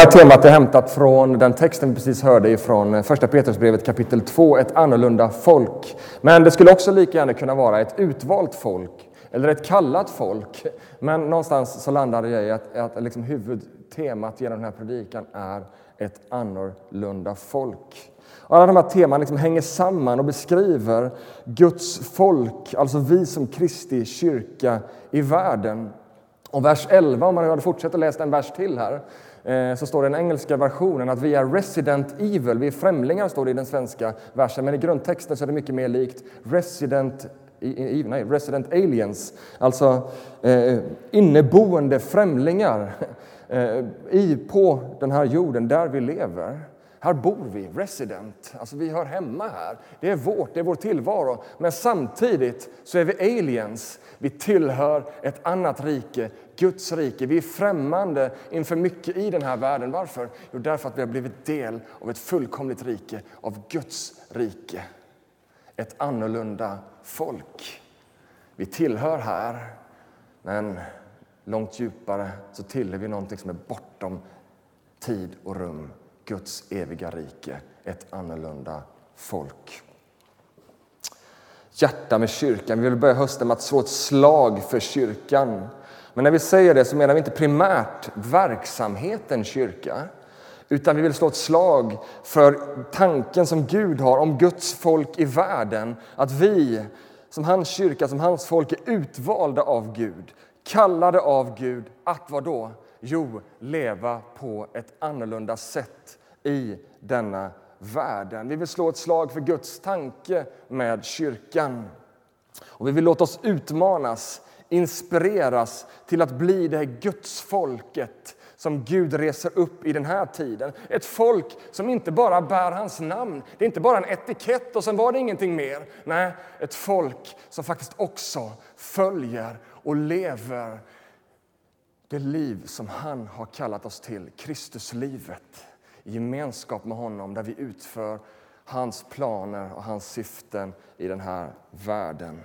här temat är hämtat från den texten vi precis hörde ifrån första Petrusbrevet kapitel 2, ett annorlunda folk. Men det skulle också lika gärna kunna vara ett utvalt folk eller ett kallat folk. Men någonstans så landade jag i att liksom huvudtemat genom den här predikan är ett annorlunda folk. Och alla de här teman liksom hänger samman och beskriver Guds folk, alltså vi som Kristi kyrka i världen. Och vers 11, om man hade fortsatt att läsa en vers till här, så står det i den engelska versionen att vi är resident evil, vi är främlingar, står det i den svenska versen. Men i grundtexten så är det mycket mer likt resident aliens, alltså inneboende främlingar på den här jorden där vi lever. Här bor vi, resident, alltså vi hör hemma här. Det är vår tillvaro. Men samtidigt så är vi aliens. Vi tillhör ett annat rike, Guds rike. Vi är främmande inför mycket i den här världen. Varför? Jo, därför att vi har blivit del av ett fullkomligt rike, av Guds rike. Ett annorlunda folk. Vi tillhör här, men långt djupare så tillhör vi någonting som är bortom tid och rum. Guds eviga rike, ett annorlunda folk. Hjärta med kyrkan. Vi vill börja hösten med att slå ett slag för kyrkan. Men när vi säger det så menar vi inte primärt verksamheten kyrka. Utan vi vill slå ett slag för tanken som Gud har om Guds folk i världen. Att vi som hans kyrka, som hans folk är utvalda av Gud. Kallade av Gud att vad då? Jo, leva på ett annorlunda sätt i denna världen. Vi vill slå ett slag för Guds tanke med kyrkan. Och vi vill låta oss utmanas, inspireras till att bli det här Guds folket som Gud reser upp i den här tiden. Ett folk som inte bara bär hans namn. Det är inte bara en etikett och sen var det ingenting mer. Nej, ett folk som faktiskt också följer och lever det liv som han har kallat oss till, Kristuslivet, i gemenskap med honom där vi utför hans planer och hans syften i den här världen.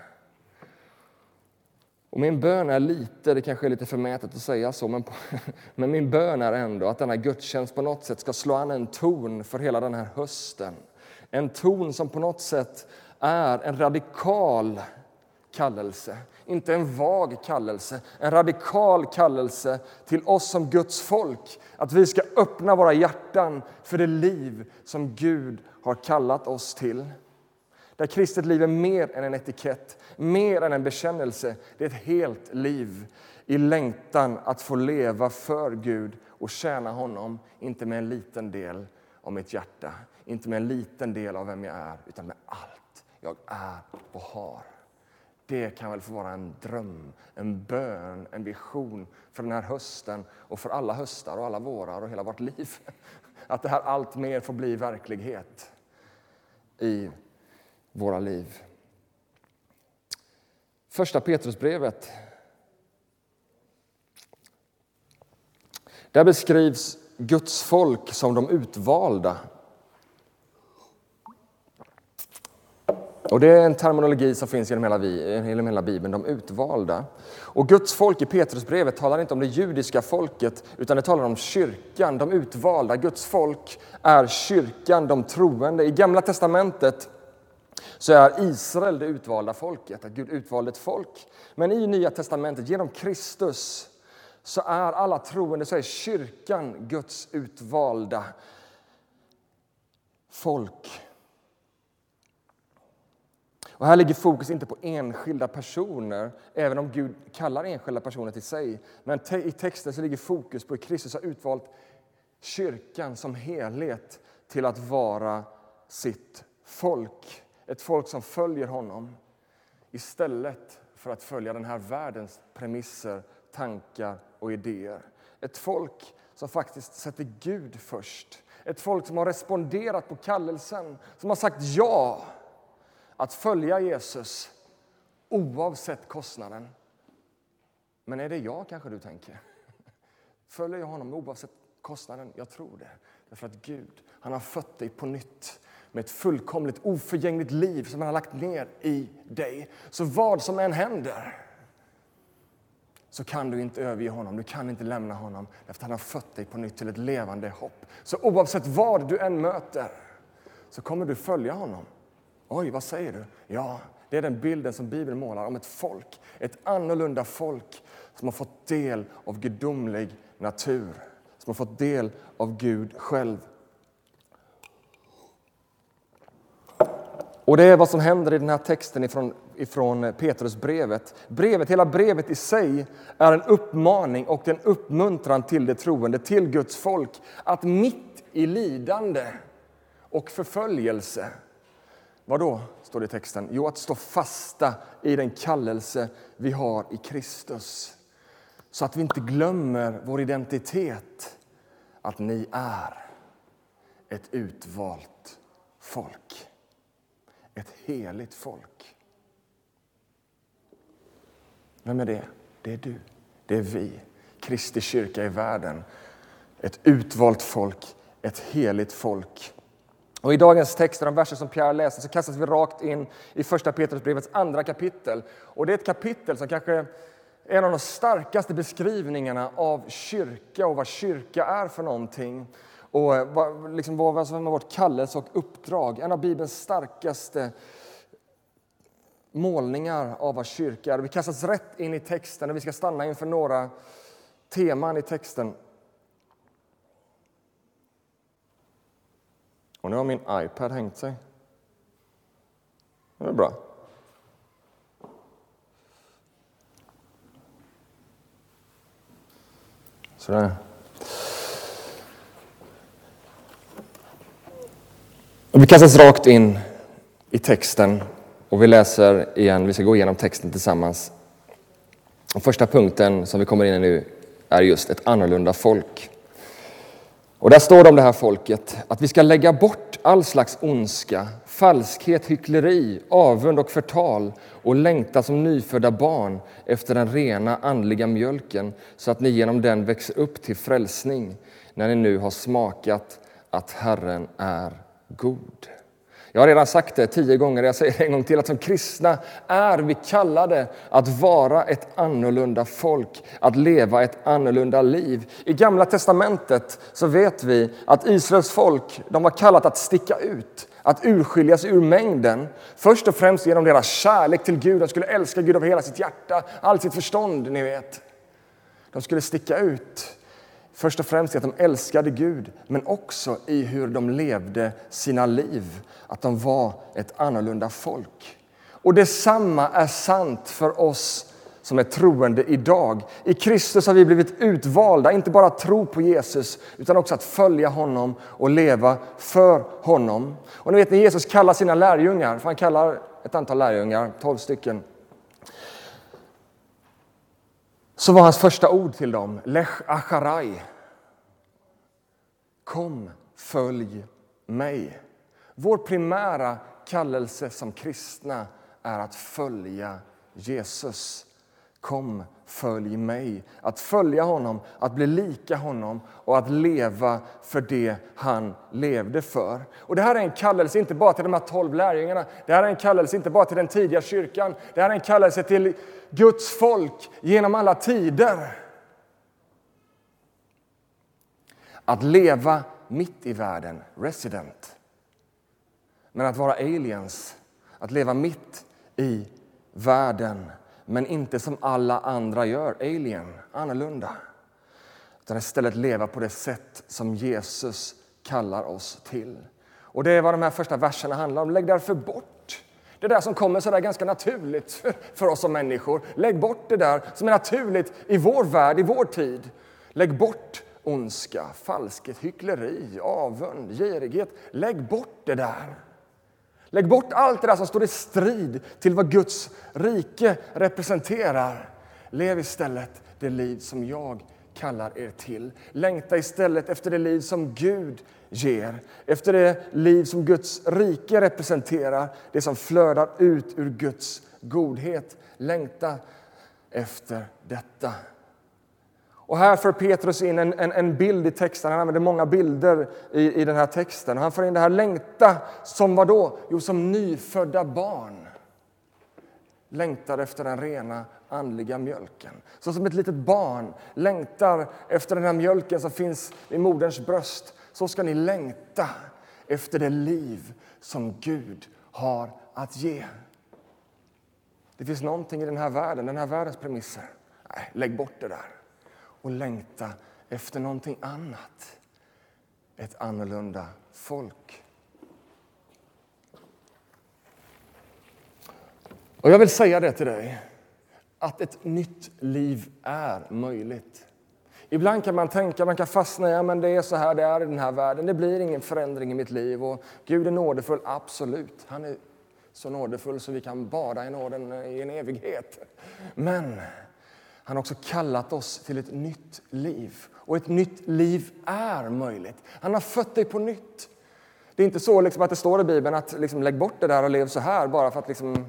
Och min bön är det kanske är lite förmätet att säga så, men min bön är ändå att denna gudstjänst på något sätt ska slå an en ton för hela den här hösten. En ton som på något sätt är en radikal kallelse. Inte en vag kallelse, en radikal kallelse till oss som Guds folk. Att vi ska öppna våra hjärtan för det liv som Gud har kallat oss till. Där kristet liv är mer än en etikett, mer än en bekännelse. Det är ett helt liv i längtan att få leva för Gud och tjäna honom. Inte med en liten del av mitt hjärta, inte med en liten del av vem jag är, utan med allt jag är och har. Det kan väl få vara en dröm, en bön, en vision för den här hösten och för alla höstar och alla vårar och hela vårt liv. Att det här allt mer får bli verklighet i våra liv. Första Petrusbrevet. Där beskrivs Guds folk som de utvalda. Och det är en terminologi som finns genom hela Bibeln, de utvalda. Och Guds folk i Petrusbrevet talar inte om det judiska folket, utan det talar om kyrkan, de utvalda. Guds folk är kyrkan, de troende. I Gamla testamentet så är Israel det utvalda folket, att Gud utvalde ett folk. Men i Nya testamentet, genom Kristus, så är alla troende, så är kyrkan Guds utvalda folk. Och här ligger fokus inte på enskilda personer, även om Gud kallar enskilda personer till sig. Men i texten så ligger fokus på att Kristus har utvalt kyrkan som helhet till att vara sitt folk. Ett folk som följer honom istället för att följa den här världens premisser, tankar och idéer. Ett folk som faktiskt sätter Gud först. Ett folk som har responderat på kallelsen, som har sagt ja att följa Jesus oavsett kostnaden. Men är det jag, kanske du tänker? Följer jag honom oavsett kostnaden? Jag tror det. Därför att Gud, han har fött dig på nytt med ett fullkomligt oförgängligt liv som han har lagt ner i dig. Så vad som än händer, så kan du inte överge honom. Du kan inte lämna honom. Därför att han har fött dig på nytt till ett levande hopp. Så oavsett vad du än möter så kommer du följa honom. Oj, vad säger du? Ja, det är den bilden som Bibeln målar om ett folk. Ett annorlunda folk som har fått del av gudomlig natur. Som har fått del av Gud själv. Och det är vad som händer i den här texten ifrån Petrusbrevet. Hela brevet i sig är en uppmaning och en uppmuntran till det troende, till Guds folk. Att mitt i lidande och förföljelse, vad då står det i texten? Jo, att stå fasta i den kallelse vi har i Kristus. Så att vi inte glömmer vår identitet. Att ni är ett utvalt folk. Ett heligt folk. Vem är det? Det är du. Det är vi. Kristi kyrka i världen. Ett utvalt folk. Ett heligt folk. Och i dagens texter, de verser som Pierre läser, så kastas vi rakt in i första Petrusbrevets andra kapitel. Och det är ett kapitel som kanske är en av de starkaste beskrivningarna av kyrka och vad kyrka är för någonting. Och vad som är vårt kallelse och uppdrag. En av Bibelns starkaste målningar av vad kyrka är. Vi kastas rätt in i texten och vi ska stanna inför några teman i texten. Och nu har min iPad hängt sig. Det är bra. Sådär. Och vi kastas rakt in i texten och vi läser igen. Vi ska gå igenom texten tillsammans. Och första punkten som vi kommer in i nu är just ett annorlunda folk. Och där står det om det här folket att vi ska lägga bort all slags ondska, falskhet, hyckleri, avund och förtal och längta som nyfödda barn efter den rena andliga mjölken så att ni genom den växer upp till frälsning när ni nu har smakat att Herren är god. Jag har redan sagt det 10 gånger, jag säger det en gång till, att som kristna är vi kallade att vara ett annorlunda folk, att leva ett annorlunda liv. I Gamla testamentet så vet vi att Israels folk, de var kallat att sticka ut, att urskiljas ur mängden. Först och främst genom deras kärlek till Gud, de skulle älska Gud av hela sitt hjärta, allt sitt förstånd, ni vet. De skulle sticka ut. Först och främst i att de älskade Gud, men också i hur de levde sina liv. Att de var ett annorlunda folk. Och detsamma är sant för oss som är troende idag. I Kristus har vi blivit utvalda, inte bara att tro på Jesus, utan också att följa honom och leva för honom. Och ni vet när Jesus kallar sina lärjungar, för han kallar ett antal lärjungar, 12 stycken. Så var hans första ord till dem, Lech acharai. Kom, följ mig. Vår primära kallelse som kristna är att följa Jesus. Kom, följ mig. Att följa honom, att bli lika honom och att leva för det han levde för. Och det här är en kallelse inte bara till de här 12 lärjungarna. Det här är en kallelse inte bara till den tidiga kyrkan. Det här är en kallelse till Guds folk genom alla tider. Att leva mitt i världen, resident. Men att vara aliens, att leva mitt i världen. Men inte som alla andra gör, alien, annorlunda. Utan istället leva på det sätt som Jesus kallar oss till. Och det är vad de här första verserna handlar om. Lägg därför bort det där som kommer så där ganska naturligt för oss som människor. Lägg bort det där som är naturligt i vår värld, i vår tid. Lägg bort ondska, falskhet, hyckleri, avund, girighet. Lägg bort det där. Lägg bort allt det där som står i strid till vad Guds rike representerar. Lev istället det liv som jag kallar er till. Längta istället efter det liv som Gud ger. Efter det liv som Guds rike representerar. Det som flödar ut ur Guds godhet. Längta efter detta. Och här för Petrus in en bild i texten. Han använder många bilder i den här texten. Han får in det här längta som vad då? Jo, som nyfödda barn. längtar efter den rena andliga mjölken. Så som ett litet barn längtar efter den här mjölken som finns i moderns bröst, så ska ni längta efter det liv som Gud har att ge. Det finns någonting i den här världens premisser. Nej, lägg bort det där och längta efter någonting annat. Ett annorlunda folk. Och jag vill säga det till dig, att ett nytt liv är möjligt. Ibland kan man tänka, man kan fastna, ja men det är så här det är i den här världen. Det blir ingen förändring i mitt liv och Gud är nådefull, absolut. Han är så nådefull så vi kan bada i nåden i en evighet. Men han har också kallat oss till ett nytt liv. Och ett nytt liv är möjligt. Han har fött dig på nytt. Det är inte så liksom att det står i Bibeln att liksom, lägg bort det där och lev så här bara för att liksom...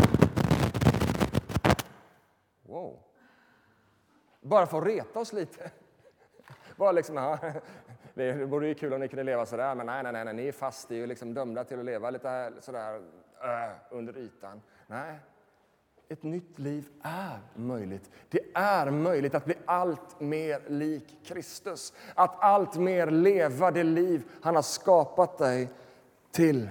Wow. Bara för att reta oss lite. Bara liksom, ja, det vore ju kul om ni kunde leva så där, men nej, ni är fast, ni är ju liksom dömda till att leva lite här, sådär under ytan. Nej, ett nytt liv är möjligt. Det är möjligt att bli allt mer lik Kristus. Att allt mer leva det liv han har skapat dig till.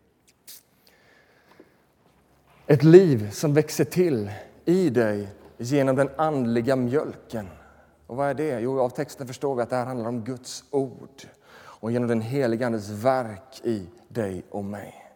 Ett liv som växer till i dig genom den andliga mjölken. Och vad är det? Jo, av texten förstår vi att det här handlar om Guds ord. Och genom den heliga Andes verk i dig och mig.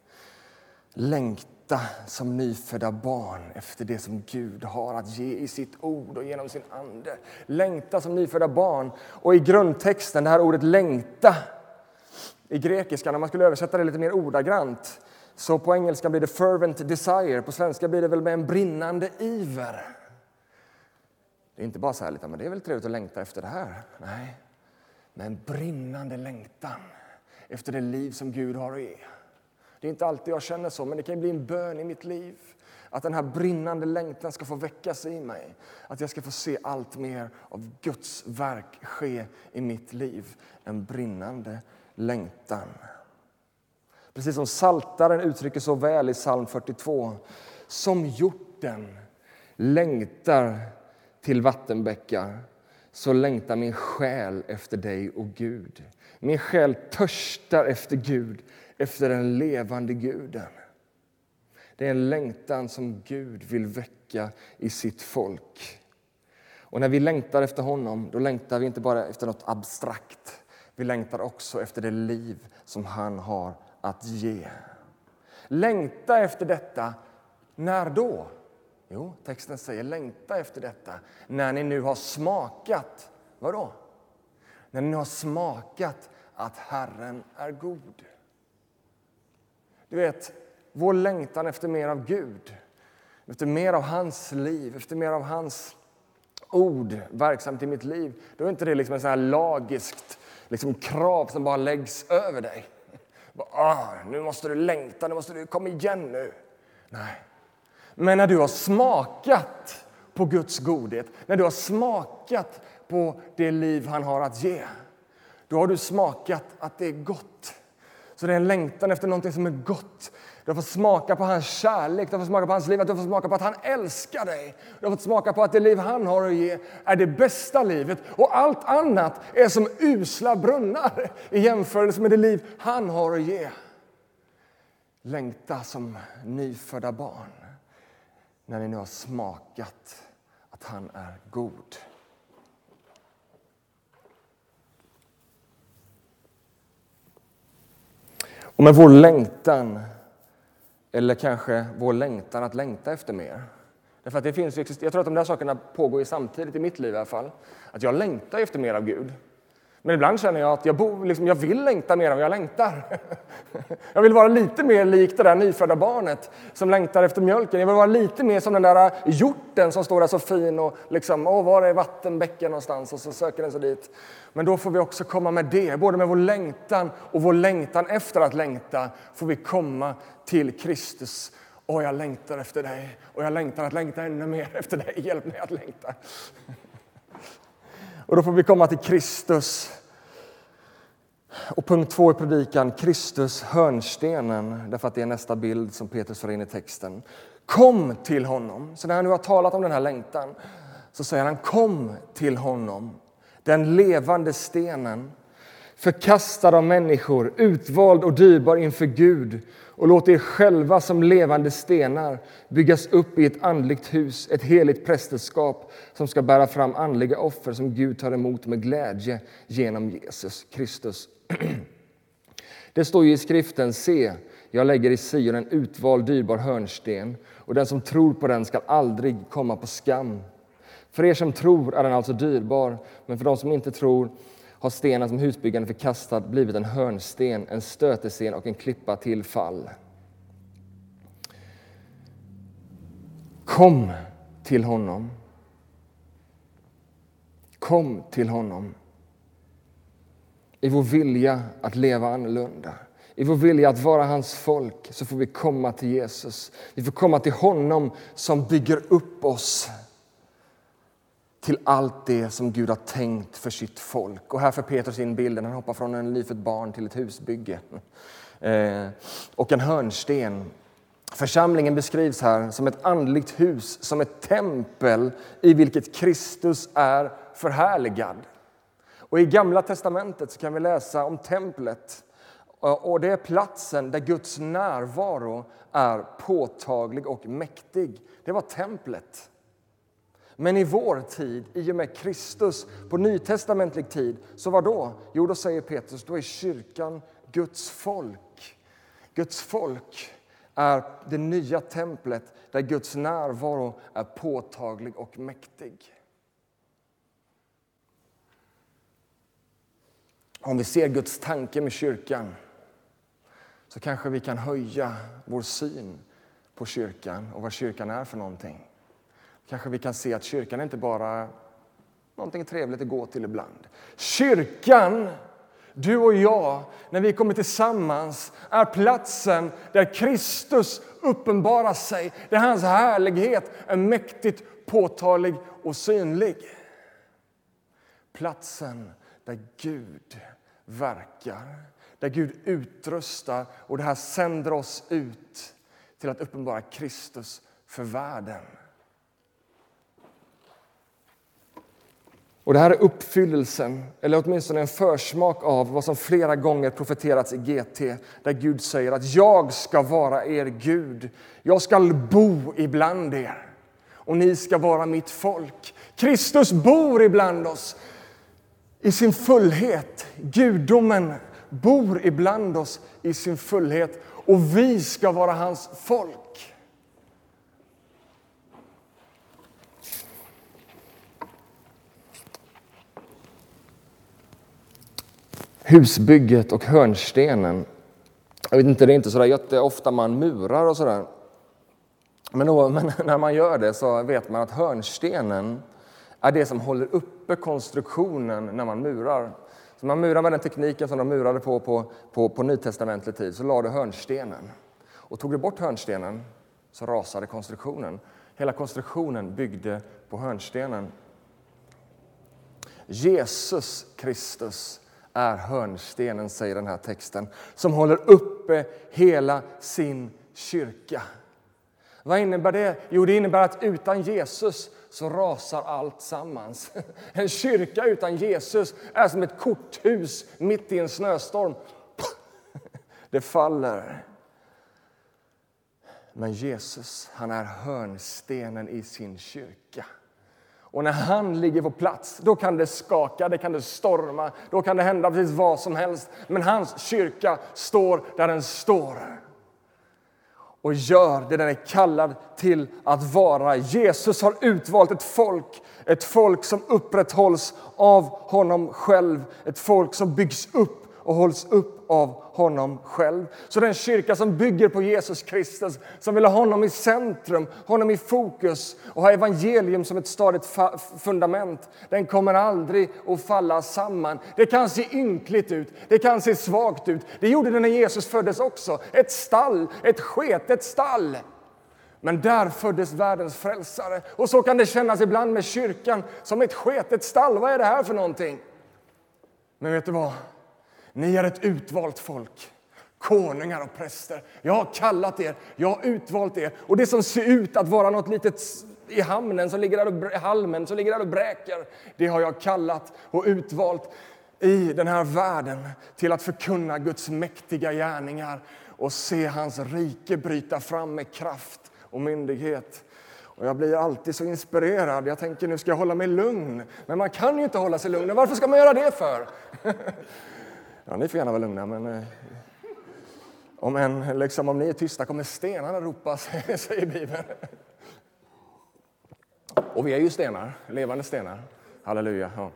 Längta som nyfödda barn efter det som Gud har att ge i sitt ord och genom sin ande. Längta som nyfödda barn. Och i grundtexten, det här ordet längta i grekiskan, om man skulle översätta det lite mer ordagrant, så på engelska blir det fervent desire. På svenska blir det väl med en brinnande iver. Det är inte bara så här lite, men det är väl trevligt att längta efter det här. Nej, med en brinnande längtan efter det liv som Gud har att ge. Det är inte alltid jag känner så, men det kan bli en bön i mitt liv. Att den här brinnande längtan ska få väckas i mig. Att jag ska få se allt mer av Guds verk ske i mitt liv. En brinnande längtan. Precis som Psaltaren uttrycker så väl i psalm 42. Som hjorten längtar till vattenbäckar, så längtar min själ efter dig, o Gud. Min själ törstar efter Gud, efter den levande Guden. Det är en längtan som Gud vill väcka i sitt folk. Och när vi längtar efter honom, då längtar vi inte bara efter något abstrakt. Vi längtar också efter det liv som han har att ge. Längta efter detta, när då? Jo, texten säger längta efter detta när ni nu har smakat. Vadå? När ni nu har smakat att Herren är god. Du vet, vår längtan efter mer av Gud, efter mer av hans liv, efter mer av hans ord verksamt i mitt liv. Då är inte det liksom en sån här lagiskt liksom krav som bara läggs över dig. Nu måste du längta, nu måste du komma igen nu. Nej. Men när du har smakat på Guds godhet, när du har smakat på det liv han har att ge, då har du smakat att det är gott. Så det är en längtan efter någonting som är gott. Du har fått smaka på hans kärlek, du har fått smaka på hans liv, du har fått smaka på att han älskar dig. Du har fått smaka på att det liv han har att ge är det bästa livet. Och allt annat är som usla brunnar i jämförelse med det liv han har att ge. Längta som nyfödda barn. När ni nu har smakat att han är god. Och med vår längtan, eller kanske vår längtan att längta efter mer. Därför att det finns, jag tror att de där sakerna pågår samtidigt i mitt liv i alla fall. Att jag längtar efter mer av Gud. Men ibland känner jag att jag vill längta mer än vad jag längtar. Jag vill vara lite mer lik det där nyfödda barnet som längtar efter mjölken. Jag vill vara lite mer som den där hjorten som står där så fin och liksom, var är vattenbäcken någonstans? Och så söker den sig dit. Men då får vi också komma med det. Både med vår längtan och vår längtan efter att längta får vi komma till Kristus. Jag längtar efter dig. Och jag längtar att längta ännu mer efter dig. Hjälp mig att längta. Och då får vi komma till Kristus. Och punkt 2 i predikan, Kristus hörnstenen. Därför att det är nästa bild som Petrus får in i texten. Kom till honom. Så när han nu har talat om den här längtan så säger han: kom till honom, den levande stenen, förkastad av människor, utvald och dyrbar inför Gud, och låt er själva som levande stenar byggas upp i ett andligt hus, ett heligt prästerskap som ska bära fram andliga offer som Gud tar emot med glädje genom Jesus Kristus. Det står ju i skriften: se, jag lägger i Sion en utvald dyrbar hörnsten, och den som tror på den ska aldrig komma på skam. För er som tror är den alltså dyrbar, men för de som inte tror har stenen som husbyggaren förkastat blivit en hörnsten, en stötesten och en klippa till fall. Kom till honom. Kom till honom. I vår vilja att leva annorlunda, i vår vilja att vara hans folk, så får vi komma till Jesus. Vi får komma till honom som bygger upp oss till allt det som Gud har tänkt för sitt folk. Och här för Petrus in bilden. Han hoppar från en nyfött barn till ett husbygge. Och en hörnsten. Församlingen beskrivs här som ett andligt hus, som ett tempel i vilket Kristus är förhärligad. Och i Gamla testamentet så kan vi läsa om templet. Och det är platsen där Guds närvaro är påtaglig och mäktig. Det var templet. Men i vår tid, i och med Kristus, på nytestamentlig tid, så vad då? Jo, då säger Petrus, då är kyrkan Guds folk. Guds folk är det nya templet där Guds närvaro är påtaglig och mäktig. Om vi ser Guds tanke med kyrkan så kanske vi kan höja vår syn på kyrkan och vad kyrkan är för någonting. Kanske vi kan se att kyrkan är inte bara någonting trevligt att gå till ibland. Kyrkan, du och jag, när vi kommer tillsammans, är platsen där Kristus uppenbarar sig. Där hans härlighet är mäktigt påtaglig och synlig. Platsen där Gud verkar, där Gud utrustar, och det här sänder oss ut till att uppenbara Kristus för världen. Och det här är uppfyllelsen, eller åtminstone en försmak av vad som flera gånger profeterats i GT, där Gud säger att jag ska vara er Gud. Jag ska bo ibland er och ni ska vara mitt folk. Kristus bor ibland oss i sin fullhet. Gudomen bor ibland oss i sin fullhet, och vi ska vara hans folk. Husbygget och hörnstenen. Jag vet inte, det är inte så där jätteofta man murar och sådär. Men när man gör det så vet man att hörnstenen är det som håller uppe konstruktionen när man murar. Så man murar med den tekniken som de murade på nytestamentlig tid, så lade hörnstenen. Och tog du bort hörnstenen så rasade konstruktionen. Hela konstruktionen byggde på hörnstenen. Jesus Kristus är hörnstenen, säger den här texten, som håller uppe hela sin kyrka. Vad innebär det? Jo, det innebär att utan Jesus så rasar allt sammans. En kyrka utan Jesus är som ett korthus mitt i en snöstorm. Det faller. Men Jesus, han är hörnstenen i sin kyrka. Och när han ligger på plats, då kan det skaka, det kan det storma, då kan det hända precis vad som helst. Men hans kyrka står där den står. Och gör det den är kallad till att vara. Jesus har utvalt ett folk som upprätthålls av honom själv. Ett folk som byggs upp och hålls upp av honom själv. Så den kyrka som bygger på Jesus Kristus, som vill ha honom i centrum, honom i fokus och ha evangelium som ett stadigt fundament, den kommer aldrig att falla samman. Det kan se ynkligt ut, det kan se svagt ut. Det gjorde det när Jesus föddes också. Ett stall, ett sketet stall. Men där föddes världens frälsare. Och så kan det kännas ibland med kyrkan, som ett sketet stall. Vad är det här för någonting? Men vet du vad? Ni är ett utvalt folk. konungar och präster. Jag har kallat er, jag har utvalt er. Och det som ser ut att vara något litet i hamnen som ligger där och, halmen som ligger där och bräker, det har jag kallat och utvalt i den här världen till att förkunna Guds mäktiga gärningar och se hans rike bryta fram med kraft och myndighet. Och jag blir alltid så inspirerad. Jag tänker, nu ska jag hålla mig lugn. Men man kan ju inte hålla sig lugn. Varför ska man göra det för? Ja, ni får gärna vara lugna, men om ni är tysta kommer stenarna ropa, säger Bibeln. Och vi är ju stenar, levande stenar. Halleluja. Ja.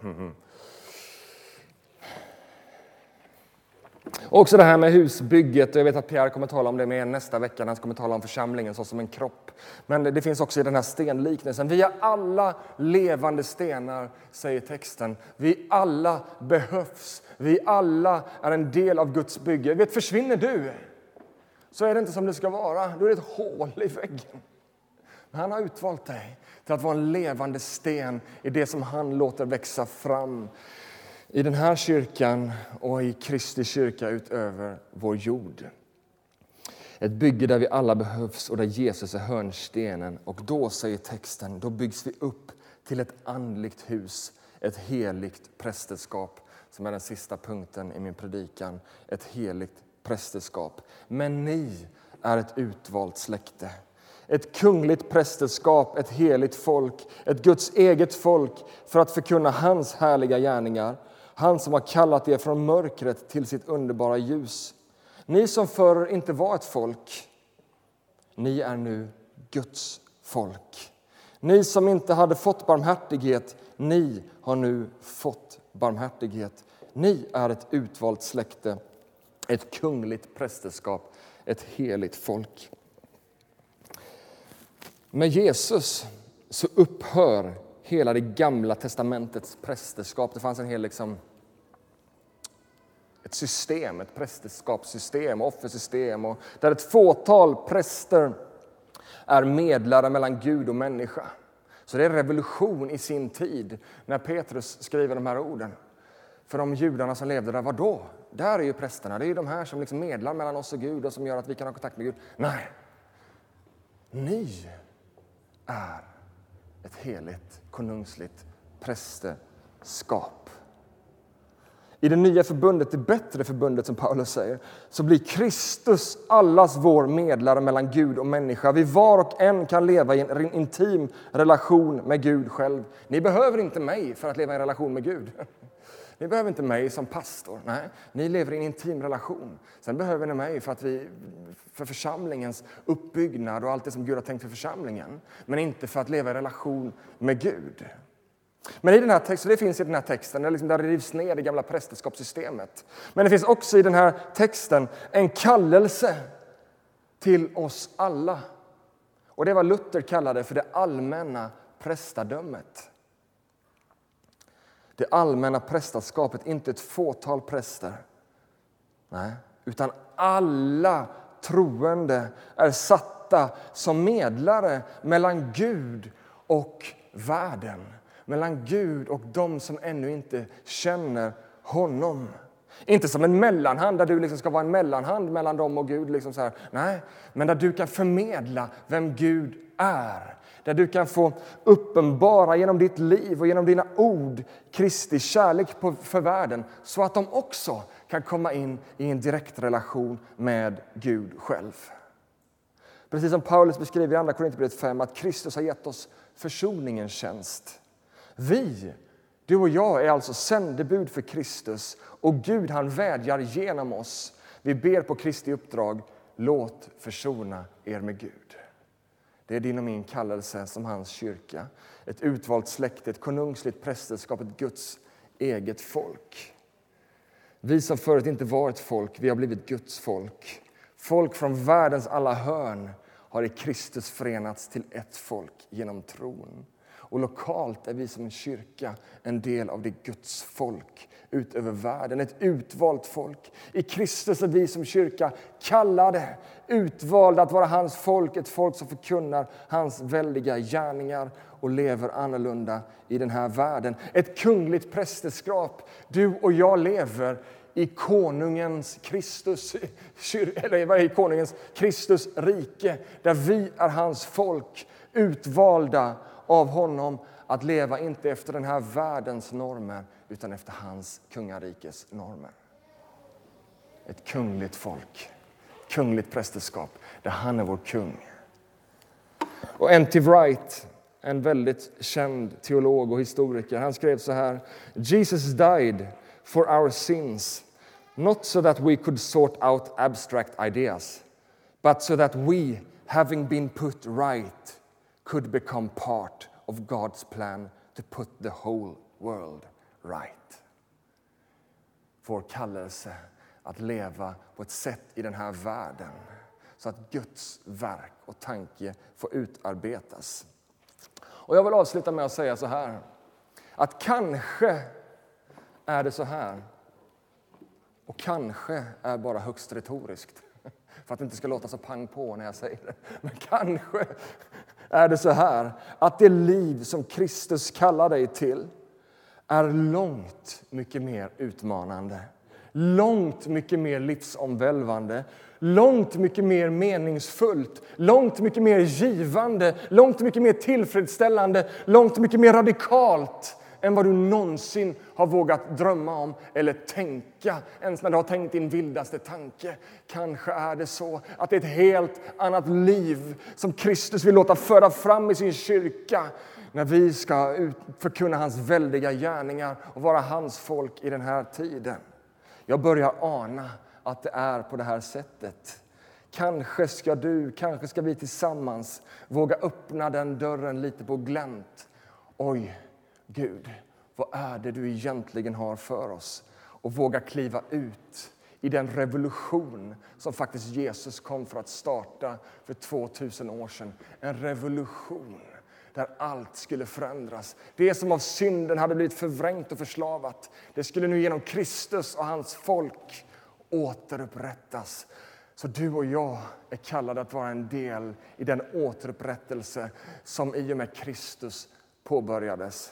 Också det här med husbygget. Jag vet att Pierre kommer tala om det mer nästa vecka. Han kommer tala om församlingen så som en kropp. Men det finns också i den här stenliknelsen. Vi är alla levande stenar, säger texten. Vi alla behövs. Vi alla är en del av Guds bygge. Vet, försvinner du, så är det inte som det ska vara. Då är det ett hål i väggen. Men han har utvalt dig till att vara en levande sten i det som han låter växa fram i den här kyrkan och i Kristi kyrka utöver vår jord. Ett bygge där vi alla behövs och där Jesus är hörnstenen. Och då, säger texten, då byggs vi upp till ett andligt hus, ett heligt prästerskap, som är den sista punkten i min predikan. Ett heligt prästerskap. Men ni är ett utvalt släkte. Ett kungligt prästerskap, ett heligt folk, ett Guds eget folk för att förkunna hans härliga gärningar. Han som har kallat er från mörkret till sitt underbara ljus. Ni som förr inte var ett folk, ni är nu Guds folk. Ni som inte hade fått barmhärtighet, ni har nu fått barmhärtighet. Ni är ett utvalt släkte, ett kungligt prästerskap, ett heligt folk. Med Jesus så upphör hela det gamla testamentets prästerskap. Det fanns en hel ett system, ett prästerskapssystem, offersystem, och där ett fåtal präster är medlare mellan Gud och människa. Så det är revolution i sin tid när Petrus skriver de här orden. För de judarna som levde där, vadå? Där är ju prästerna, det är ju de här som medlar mellan oss och Gud och som gör att vi kan ha kontakt med Gud. Nej, ni är ett heligt, konungsligt prästerskap. I det nya förbundet, det bättre förbundet som Paulus säger, så blir Kristus allas vår medlare mellan Gud och människa. Vi var och en kan leva i en intim relation med Gud själv. Ni behöver inte mig för att leva i en relation med Gud. Ni behöver inte mig som pastor. Nej, ni lever i en intim relation. Sen behöver ni mig för församlingens uppbyggnad och allt det som Gud har tänkt för församlingen. Men inte för att leva i relation med Gud. Men i den här texten, det finns i den här texten, där det rivs ner det gamla prästerskapssystemet. Men det finns också i den här texten en kallelse till oss alla. Och det var Luther kallade för det allmänna prästadömet. Det allmänna prästerskapet, inte ett fåtal präster. Nej, utan alla troende är satta som medlare mellan Gud och världen. Mellan Gud och de som ännu inte känner honom. Inte som en mellanhand där du ska vara en mellanhand mellan dem och Gud. Så här. Nej, men där du kan förmedla vem Gud är. Där du kan få uppenbara genom ditt liv och genom dina ord Kristi kärlek för världen. Så att de också kan komma in i en direkt relation med Gud själv. Precis som Paulus beskriver i Andra Korinthierbrevet 5 att Kristus har gett oss försoningens tjänst. Vi, du och jag, är alltså sändebud för Kristus. Och Gud, han vädjar genom oss. Vi ber på Kristi uppdrag, låt försona er med Gud. Det är din och min kallelse som hans kyrka. Ett utvalt släkte, ett konungsligt prästerskap, ett Guds eget folk. Vi som förut inte var ett folk, vi har blivit Guds folk. Folk från världens alla hörn har i Kristus förenats till ett folk genom tron. Och lokalt är vi som en kyrka en del av det Guds folk utöver världen. Ett utvalt folk. I Kristus är vi som kyrka kallade, utvalda att vara hans folk. Ett folk som förkunnar hans väldiga gärningar och lever annorlunda i den här världen. Ett kungligt prästerskap. Du och jag lever i konungens Kristus, eller i konungens Kristus rike, där vi är hans folk, utvalda av honom att leva inte efter den här världens normer utan efter hans kungarikes normer. Ett kungligt folk, kungligt prästerskap där han är vår kung. Och N.T. Wright, en väldigt känd teolog och historiker, han skrev så här: Jesus died for our sins, not so that we could sort out abstract ideas, but so that we, having been put right, could become part of God's plan to put the whole world right. Vår kallelse att leva på ett sätt i den här världen så att Guds verk och tanke får utarbetas. Och jag vill avsluta med att säga så här, att kanske är det så här, och kanske är bara högst retoriskt, för att det inte ska låta så pang på när jag säger det. Men kanske är det så här, att det liv som Kristus kallar dig till är långt mycket mer utmanande, långt mycket mer livsomvälvande, långt mycket mer meningsfullt, långt mycket mer givande, långt mycket mer tillfredsställande, långt mycket mer radikalt än vad du någonsin har vågat drömma om eller tänka, ens när du har tänkt din vildaste tanke. Kanske är det så att det är ett helt annat liv som Kristus vill låta föra fram i sin kyrka när vi ska förkunna hans väldiga gärningar och vara hans folk i den här tiden. Jag börjar ana att det är på det här sättet. Kanske ska vi tillsammans våga öppna den dörren lite på glänt. Oj, Gud, vad är det du egentligen har för oss? Och våga kliva ut i den revolution som faktiskt Jesus kom för att starta för 2000 år sedan. En revolution där allt skulle förändras. Det som av synden hade blivit förvrängt och förslavat, det skulle nu genom Kristus och hans folk återupprättas. Så du och jag är kallade att vara en del i den återupprättelse som i och med Kristus påbörjades.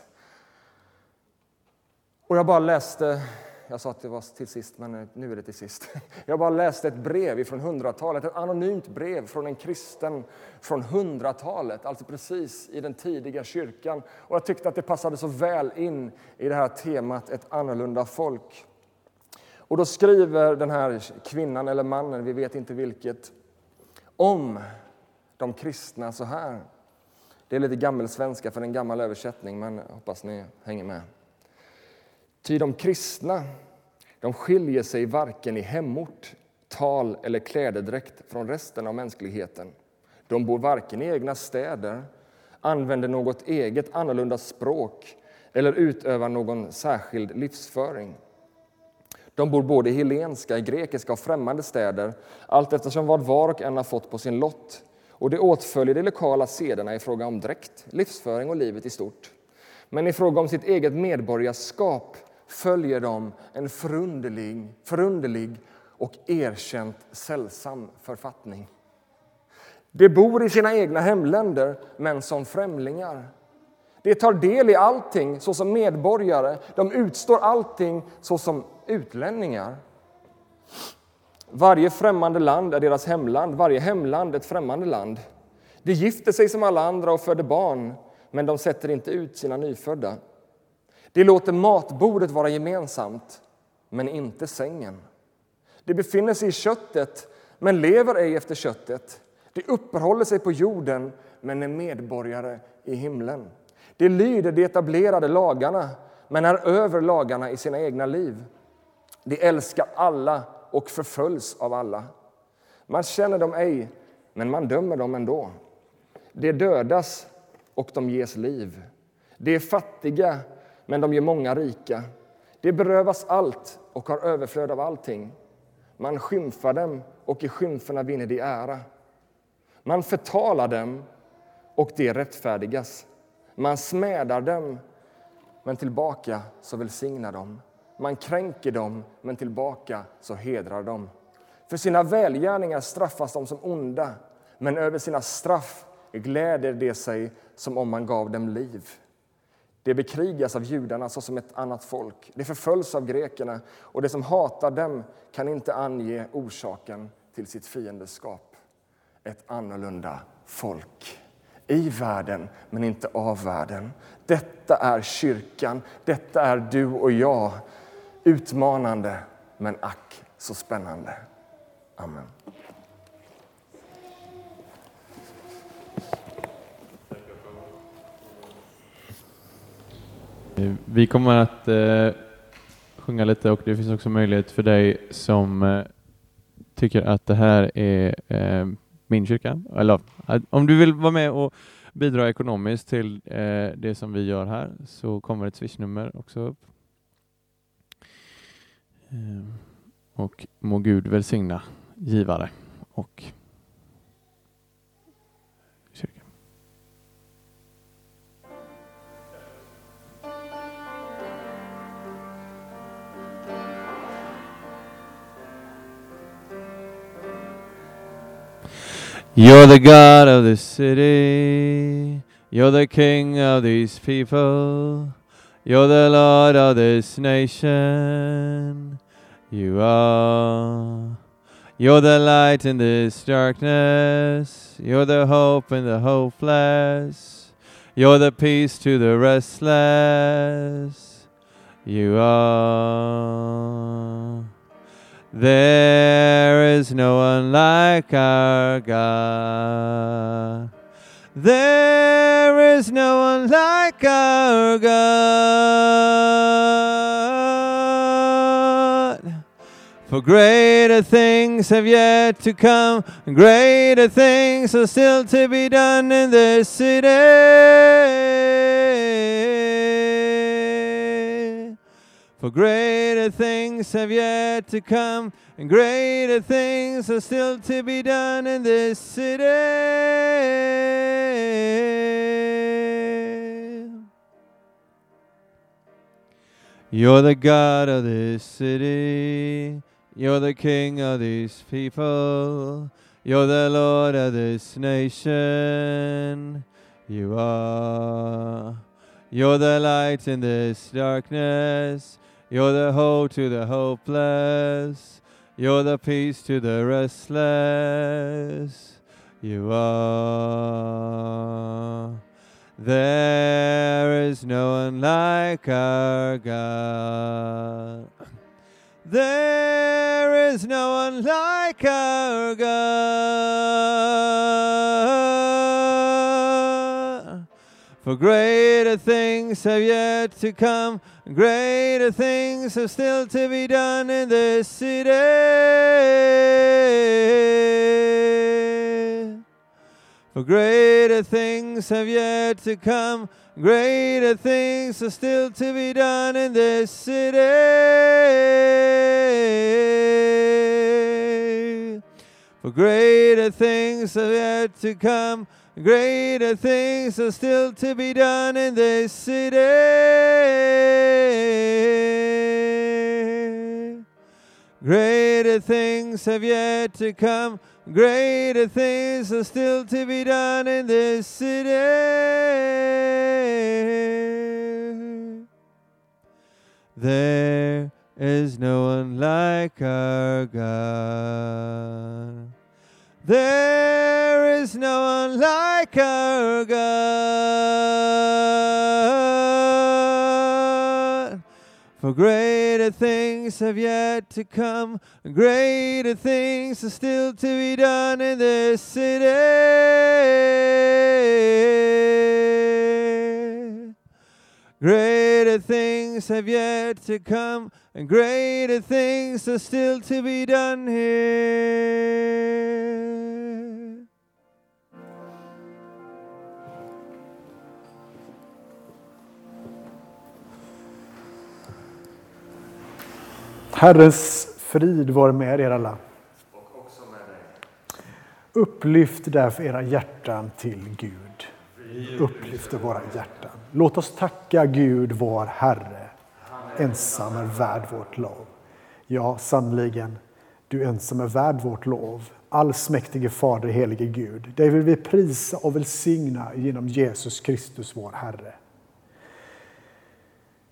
Och jag bara läste, jag sa att det var till sist, men nu är det till sist. Jag bara läste ett brev från 100-talet, ett anonymt brev från en kristen från 100-talet, alltså precis i den tidiga kyrkan. Och jag tyckte att det passade så väl in i det här temat, ett annorlunda folk. Och då skriver den här kvinnan eller mannen, vi vet inte vilket, om de kristna så här. Det är lite gammelsvenska för en gammal översättning, men jag hoppas ni hänger med. Ty de kristna, de skiljer sig varken i hemort, tal eller klädedräkt från resten av mänskligheten. De bor varken i egna städer, använder något eget annorlunda språk eller utövar någon särskild livsföring. De bor både i helenska, i grekiska och främmande städer, allt eftersom vad var och en har fått på sin lott. Och det åtföljer de lokala sederna i fråga om dräkt, livsföring och livet i stort. Men i fråga om sitt eget medborgarskap följer de en förunderlig och erkänt sällsam författning. De bor i sina egna hemländer, men som främlingar. De tar del i allting såsom medborgare. De utstår allting såsom utlänningar. Varje främmande land är deras hemland, varje hemland ett främmande land. De gifter sig som alla andra och föder barn, men de sätter inte ut sina nyfödda. De låter matbordet vara gemensamt, men inte sängen. De befinner sig i köttet, men lever ej efter köttet. De uppehåller sig på jorden, men är medborgare i himlen. De lyder de etablerade lagarna, men är över lagarna i sina egna liv. De älskar alla och förföljs av alla. Man känner dem ej, men man dömer dem ändå. De dödas och de ges liv. De är fattiga, men de gör många rika. De berövas allt och har överflöd av allting. Man skymfar dem och i skymferna vinner de ära. Man förtalar dem och de rättfärdigas. Man smädar dem, men tillbaka så välsignar dem. Man kränker dem, men tillbaka så hedrar dem. För sina välgärningar straffas de som onda, men över sina straff gläder de sig som om man gav dem liv. Det bekrigas av judarna såsom ett annat folk. Det förföljs av grekerna, och det som hatar dem kan inte ange orsaken till sitt fiendeskap. Ett annorlunda folk. I världen, men inte av världen. Detta är kyrkan. Detta är du och jag. Utmanande, men ack så spännande. Amen. Vi kommer att sjunga lite, och det finns också möjlighet för dig som tycker att det här är min kyrka. Eller om du vill vara med och bidra ekonomiskt till det som vi gör här, så kommer ett swishnummer också upp. Och må Gud välsigna givare och kyrka. You're the God of this city. You're the King of these people. You're the Lord of this nation. You are. You're the light in this darkness. You're the hope in the hopeless. You're the peace to the restless. You are. There is no one like our God. There is no one like our God. For greater things have yet to come, and greater things are still to be done in this city. For greater things have yet to come, and greater things are still to be done in this city. You're the God of this city. You're the King of these people. You're the Lord of this nation. You are. You're the light in this darkness. You're the hope to the hopeless. You're the peace to the restless. You are. There is no one like our God. There is no one like our God. For greater things have yet to come, greater things are still to be done in this city. For greater things have yet to come, greater things are still to be done in this city. For greater things have yet to come, greater things are still to be done in this city. Greater things have yet to come, greater things are still to be done in this city. There is no one like our God. There is no one like our God. For greater things have yet to come, greater things are still to be done in this city. Greater things have yet to come, and greater things are still to be done here. Herrens frid var med er alla. Och också med dig. Upplyft därför era hjärtan till Gud. Upplyfter våra hjärtan. Låt oss tacka Gud, vår Herre. Ensam är värd vårt lov. Ja, sannoliken, du ensam är värd vårt lov. Allsmäktige Fader, helige Gud. Det vill vi prisa och välsigna genom Jesus Kristus, vår Herre.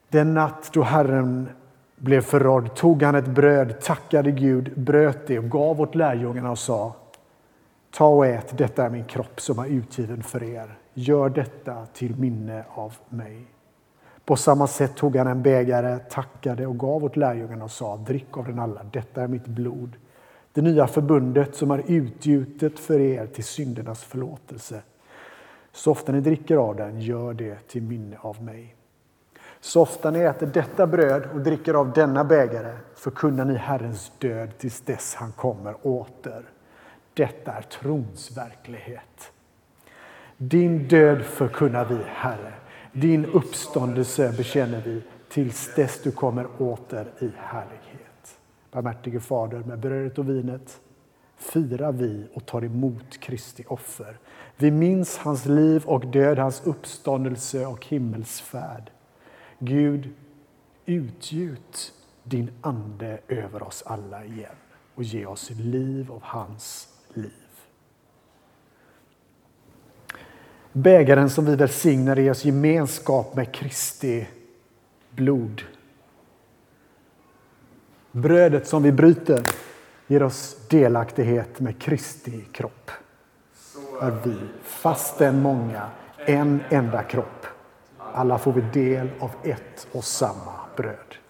Den natt då Herren blev förrådd tog han ett bröd, tackade Gud, bröt det och gav åt lärjungarna och sa: ta och ät, detta är min kropp som är utgiven för er. Gör detta till minne av mig. På samma sätt tog han en bägare, tackade och gav åt lärjungarna och sa: drick av den alla, detta är mitt blod. Det nya förbundet som är utgjutet för er till syndernas förlåtelse. Så ofta ni dricker av den, gör det till minne av mig. Så ofta ni äter detta bröd och dricker av denna bägare, förkunnar ni Herrens död tills dess han kommer åter. Detta är trons verklighet. Din död förkunnar vi, Herre. Din uppståndelse bekänner vi tills dess du kommer åter i härlighet. Barmhärtige Fader, med brödet och vinet firar vi och tar emot Kristi offer. Vi minns hans liv och död, hans uppståndelse och himmelsfärd. Gud, utgjut din ande över oss alla igen och ge oss liv av hans liv. Bägaren som vi välsignar ger oss gemenskap med Kristi blod. Brödet som vi bryter ger oss delaktighet med Kristi kropp. Är vi, fastän många, en enda kropp. Alla får vi del av ett och samma bröd.